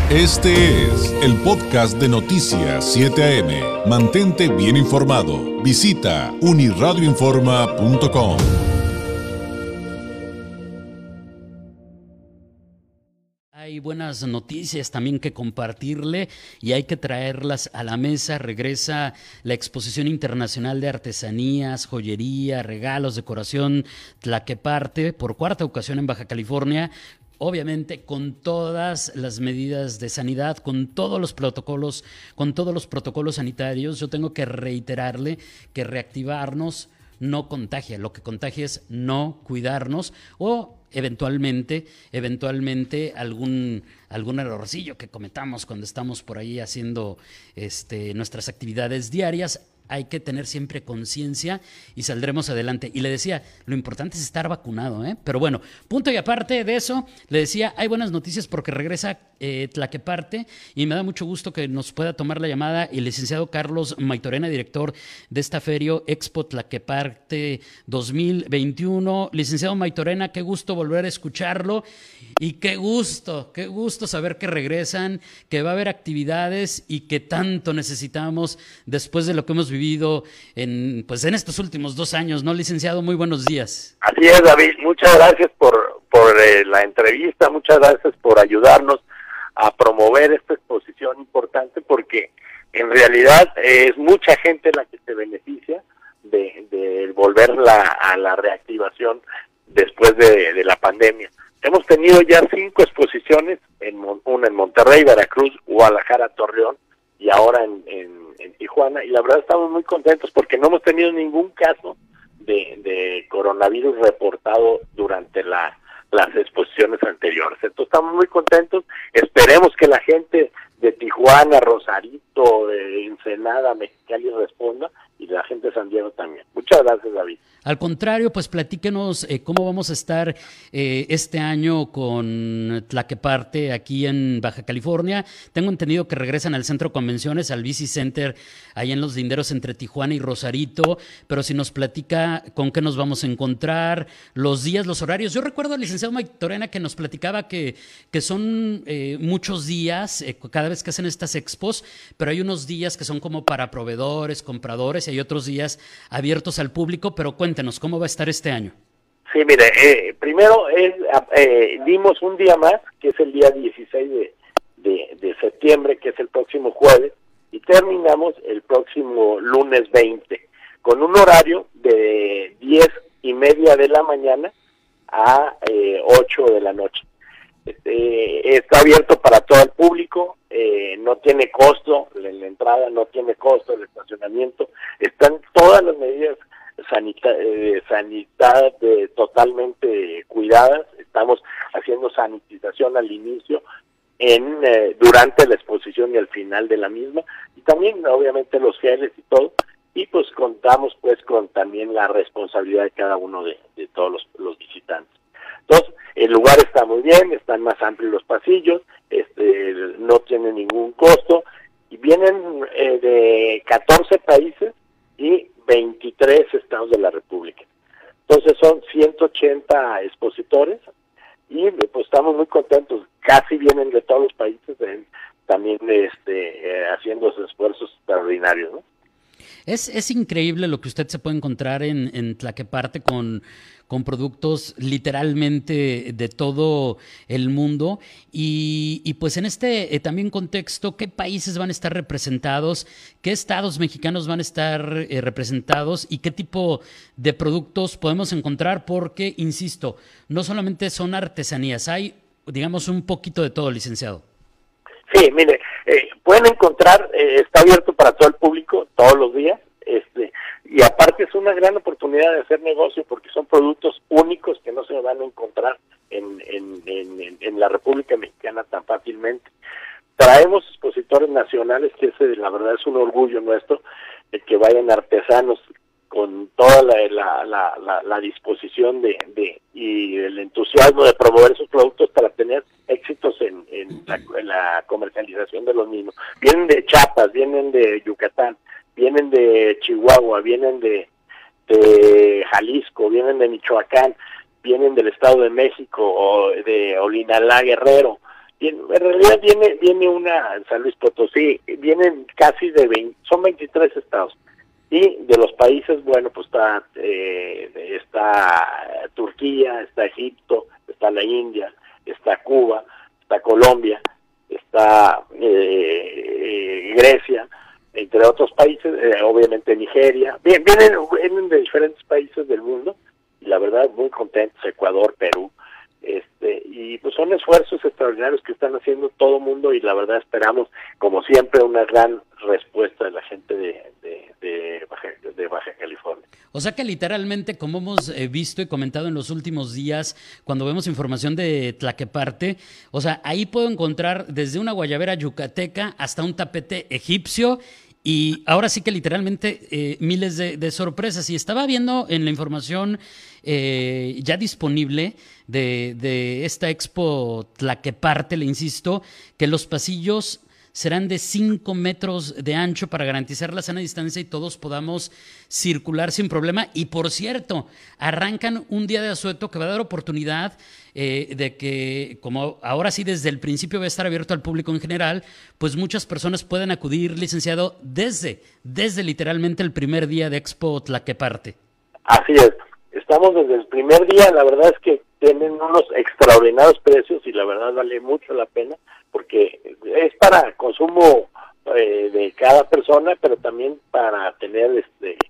Este es el podcast de Noticias 7 AM. Mantente bien informado. Visita unirradioinforma.com. Hay buenas noticias también que compartirle y hay que traerlas a la mesa. Regresa la Exposición Internacional de Artesanías, Joyería, Regalos, Decoración Tlaqueparte por cuarta ocasión en Baja California. Obviamente con todas las medidas de sanidad, con todos los protocolos sanitarios. Yo tengo que reiterarle que reactivarnos no contagia, lo que contagia es no cuidarnos o eventualmente algún errorcillo que cometamos cuando estamos por ahí haciendo nuestras actividades diarias. Hay que tener siempre conciencia y saldremos adelante. Y le decía, lo importante es estar vacunado, ¿eh? Pero bueno, punto y aparte de eso, le decía, hay buenas noticias porque regresa Tlaqueparte y me da mucho gusto que nos pueda tomar la llamada el licenciado Carlos Maytorena, director de esta feria Expo Tlaqueparte 2021. Licenciado Maytorena, qué gusto volver a escucharlo y qué gusto saber que regresan, que va a haber actividades y que tanto necesitamos después de lo que hemos vivido en estos últimos 2 años, ¿no, licenciado? Muy buenos días. Así es, David, muchas gracias por la entrevista, muchas gracias por ayudarnos a promover esta exposición importante, porque en realidad es mucha gente la que se beneficia de volver a la reactivación después de la pandemia. Hemos tenido ya 5 exposiciones, una en Monterrey, Veracruz, Guadalajara, Torreón y ahora en Tijuana, y la verdad estamos muy contentos porque no hemos tenido ningún caso de coronavirus reportado durante las exposiciones anteriores. Entonces estamos muy contentos, esperemos que la gente de Tijuana, Rosarito, Ensenada, Mexicali responda, y la gente de San Diego también. Muchas gracias, David. Al contrario, pues platíquenos cómo vamos a estar este año con Tlaqueparte aquí en Baja California. Tengo entendido que regresan al Centro de Convenciones, al Bici Center, ahí en Los Linderos entre Tijuana y Rosarito, pero si nos platica con qué nos vamos a encontrar, los días, los horarios. Yo recuerdo al licenciado Maytorena que nos platicaba que son muchos días cada vez que hacen estas expos, pero hay unos días que son como para proveedores, compradores, y hay otros días abiertos al público, pero cuéntenos, ¿cómo va a estar este año? Sí, mire, primero dimos un día más, que es el día 16 de septiembre, que es el próximo jueves, y terminamos el próximo lunes 20, con un horario de 10:30 de la mañana a 8 de la noche. Está abierto para todo el público, no tiene costo, la entrada no tiene costo, el estacionamiento, están todas las medidas sanidad totalmente cuidadas. Estamos haciendo sanitización al inicio, durante la exposición y al final de la misma, y también obviamente los geles y todo, y pues contamos pues con también la responsabilidad de cada uno de todos los visitantes. Entonces, el lugar está muy bien, están más amplios los pasillos, no tiene ningún costo, y vienen de 14 países y 23 estados de la República. Entonces son 180 expositores y pues estamos muy contentos, casi vienen de todos los países, también haciendo esos esfuerzos extraordinarios, ¿no? Es increíble lo que usted se puede encontrar en Tlaqueparte con productos literalmente de todo el mundo y pues en este también contexto, ¿qué países van a estar representados? ¿Qué estados mexicanos van a estar representados? ¿Y qué tipo de productos podemos encontrar? Porque, insisto, no solamente son artesanías, hay, digamos, un poquito de todo, licenciado. Sí, mire, pueden encontrar, está abierto para todo el público todos los días, y aparte es una gran oportunidad de hacer negocio porque son productos únicos que no se van a encontrar en la República Mexicana tan fácilmente. Traemos expositores nacionales, que la verdad es un orgullo nuestro, de que vayan artesanos con toda la disposición y el entusiasmo de promover sus productos para tener éxitos en la comercialización de los mismos. Vienen de Chiapas, vienen de Yucatán, vienen de Chihuahua, vienen de Jalisco, vienen de Michoacán, vienen del Estado de México o de Olinalá, Guerrero, Y en realidad viene una, San Luis Potosí, vienen casi de 20, son 23 estados. Y de los países, bueno, pues está Turquía, está Egipto, está la India, está Cuba, está Colombia, está Grecia, entre otros países, obviamente Nigeria. Vienen de diferentes países del mundo, y la verdad muy contentos, Ecuador, Perú. Y pues son esfuerzos extraordinarios que están haciendo todo el mundo, y la verdad esperamos, como siempre, una gran respuesta de la gente de Baja California. O sea que literalmente, como hemos visto y comentado en los últimos días, cuando vemos información de Tlaqueparte, o sea, ahí puedo encontrar desde una guayabera yucateca hasta un tapete egipcio. Y ahora sí que literalmente miles de sorpresas. Y estaba viendo en la información ya disponible de esta Expo Tlaqueparte, le insisto, que los pasillos serán de 5 metros de ancho para garantizar la sana distancia y todos podamos circular sin problema. Y por cierto, arrancan un día de asueto que va a dar oportunidad de que, como ahora sí desde el principio va a estar abierto al público en general, pues muchas personas pueden acudir, licenciado, desde literalmente el primer día de Expo Tlaqueparte. Así es, estamos desde el primer día, la verdad es que tienen unos extraordinarios precios y la verdad vale mucho la pena, porque es para consumo de cada persona, pero también para tener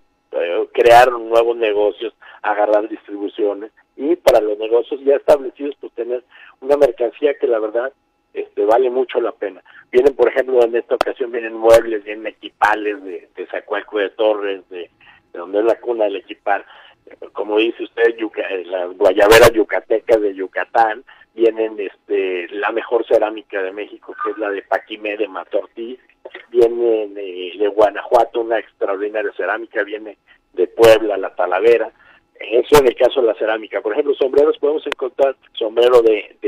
crear nuevos negocios, agarrar distribuciones, y para los negocios ya establecidos pues tener una mercancía que la verdad vale mucho la pena. Vienen, por ejemplo, en esta ocasión vienen muebles, vienen equipales de Zacualco de Torres, de donde es la cuna del equipar, como dice usted, las guayaberas yucatecas de Yucatán, vienen la mejor cerámica de México, que es la de Paquimé de Matortiz, viene de Guanajuato una extraordinaria cerámica, viene de Puebla, la Talavera. Eso en el caso de la cerámica. Por ejemplo, sombreros, podemos encontrar sombrero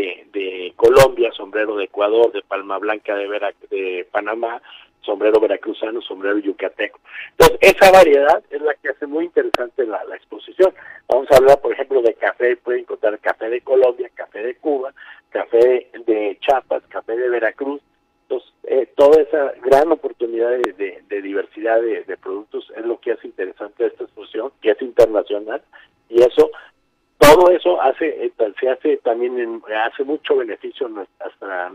de Colombia, sombrero de Ecuador, de Palma Blanca de Panamá, sombrero veracruzano, sombrero yucateco. Entonces, esa variedad es la que hace muy interesante la exposición. Vamos a hablar, por ejemplo, de café. Pueden encontrar café de Colombia, café de Cuba, café de Chiapas, café de Veracruz. Entonces, toda esa gran oportunidad de diversidad de productos es lo que hace interesante esta exposición, que es internacional, y todo eso se hace también, hace mucho beneficio hasta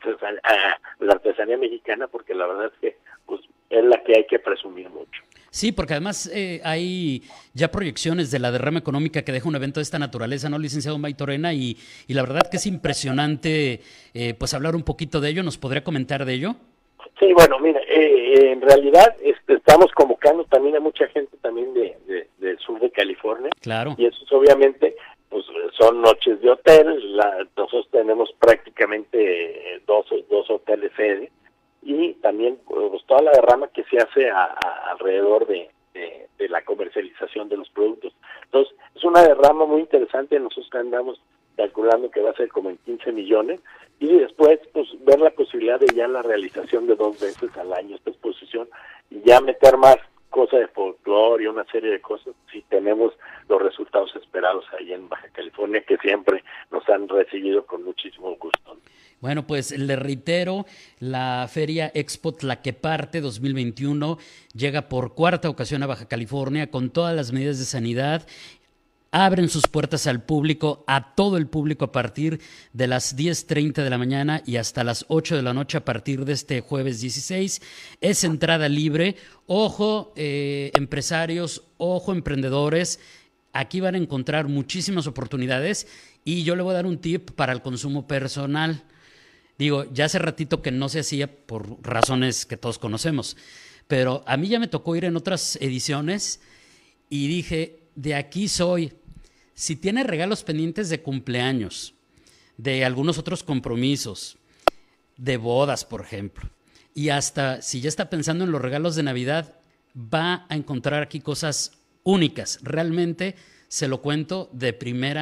la artesanía mexicana, porque la verdad es que pues, es la que hay que presumir mucho. Sí, porque además hay ya proyecciones de la derrama económica que deja un evento de esta naturaleza, ¿no, licenciado Maytorena? Y la verdad que es impresionante pues hablar un poquito de ello. ¿Nos podría comentar de ello? Sí, bueno, mira, en realidad estamos convocando también a mucha gente también del sur de California. Claro. Y eso es, obviamente, pues son noches de hotel. Nosotros tenemos prácticamente dos hoteles sede, y también pues, toda la derrama que se hace alrededor de la comercialización de los productos. Entonces, es una derrama muy interesante. Nosotros andamos calculando que va a ser como en 15 millones, y después pues ver la posibilidad de ya la realización de 2 veces al año esta exposición, y ya meter más cosas de folclore y una serie de cosas, si tenemos los resultados esperados ahí en Baja California, que siempre nos han recibido con muchísimo gusto. Bueno, pues le reitero, la Feria Expo Tlaqueparte 2021 llega por 4ª ocasión a Baja California con todas las medidas de sanidad. Abren sus puertas al público, a todo el público, a partir de las 10:30 de la mañana y hasta las 8 de la noche a partir de este jueves 16. Es entrada libre. Ojo, empresarios, ojo, emprendedores. Aquí van a encontrar muchísimas oportunidades, y yo le voy a dar un tip para el consumo personal. Digo, ya hace ratito que no se hacía por razones que todos conocemos, pero a mí ya me tocó ir en otras ediciones y dije, de aquí soy. Si tiene regalos pendientes de cumpleaños, de algunos otros compromisos, de bodas, por ejemplo, y hasta si ya está pensando en los regalos de Navidad, va a encontrar aquí cosas únicas. Realmente se lo cuento de primera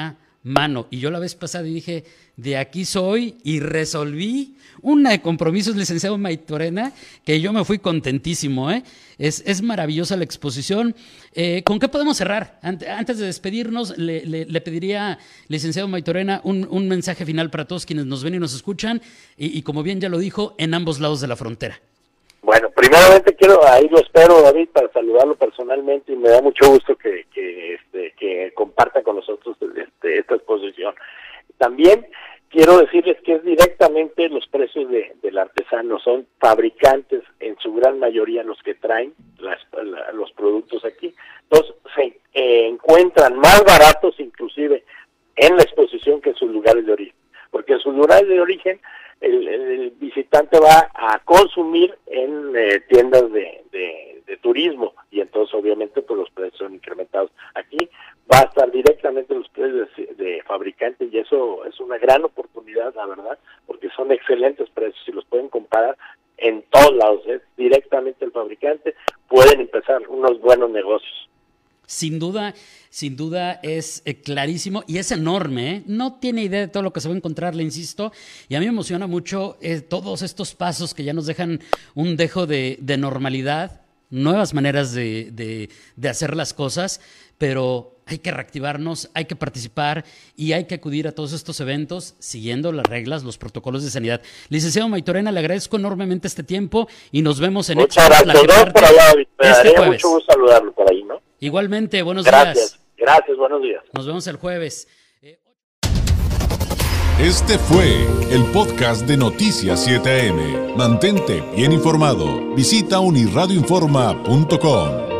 mano. Y yo la vez pasada dije, de aquí soy, y resolví una de compromisos, licenciado Maytorena, que yo me fui contentísimo, ¿eh? Es maravillosa la exposición. ¿Con qué podemos cerrar? Antes de despedirnos, le pediría, licenciado Maytorena, un mensaje final para todos quienes nos ven y nos escuchan, y como bien ya lo dijo, en ambos lados de la frontera. Bueno, primeramente ahí lo espero, David, para saludarlo personalmente, y me da mucho gusto que comparta con nosotros esta exposición. También quiero decirles que es directamente los precios del artesano, son fabricantes en su gran mayoría los que traen los productos aquí, entonces se encuentran más baratos inclusive en la exposición que en sus lugares de origen, porque en sus lugares de origen el visitante va a consumir en tiendas de turismo, y entonces obviamente pues los precios son incrementados. Aquí va a estar directamente los precios de fabricante, y eso es una gran oportunidad, la verdad, porque son excelentes precios y los pueden comparar en todos lados, directamente el fabricante, pueden empezar unos buenos negocios. Sin duda es clarísimo y es enorme, ¿eh? No tiene idea de todo lo que se va a encontrar, le insisto, y a mí me emociona mucho todos estos pasos que ya nos dejan un dejo de normalidad, nuevas maneras de hacer las cosas, pero hay que reactivarnos, hay que participar y hay que acudir a todos estos eventos siguiendo las reglas, los protocolos de sanidad. Licenciado Maytorena, le agradezco enormemente este tiempo y nos vemos en Muchas gracias, por allá, me daría mucho gusto saludarlo por ahí, ¿no? Igualmente, buenos días. Gracias, buenos días. Nos vemos el jueves. Este fue el podcast de Noticias 7am. Mantente bien informado. Visita unirradioinforma.com.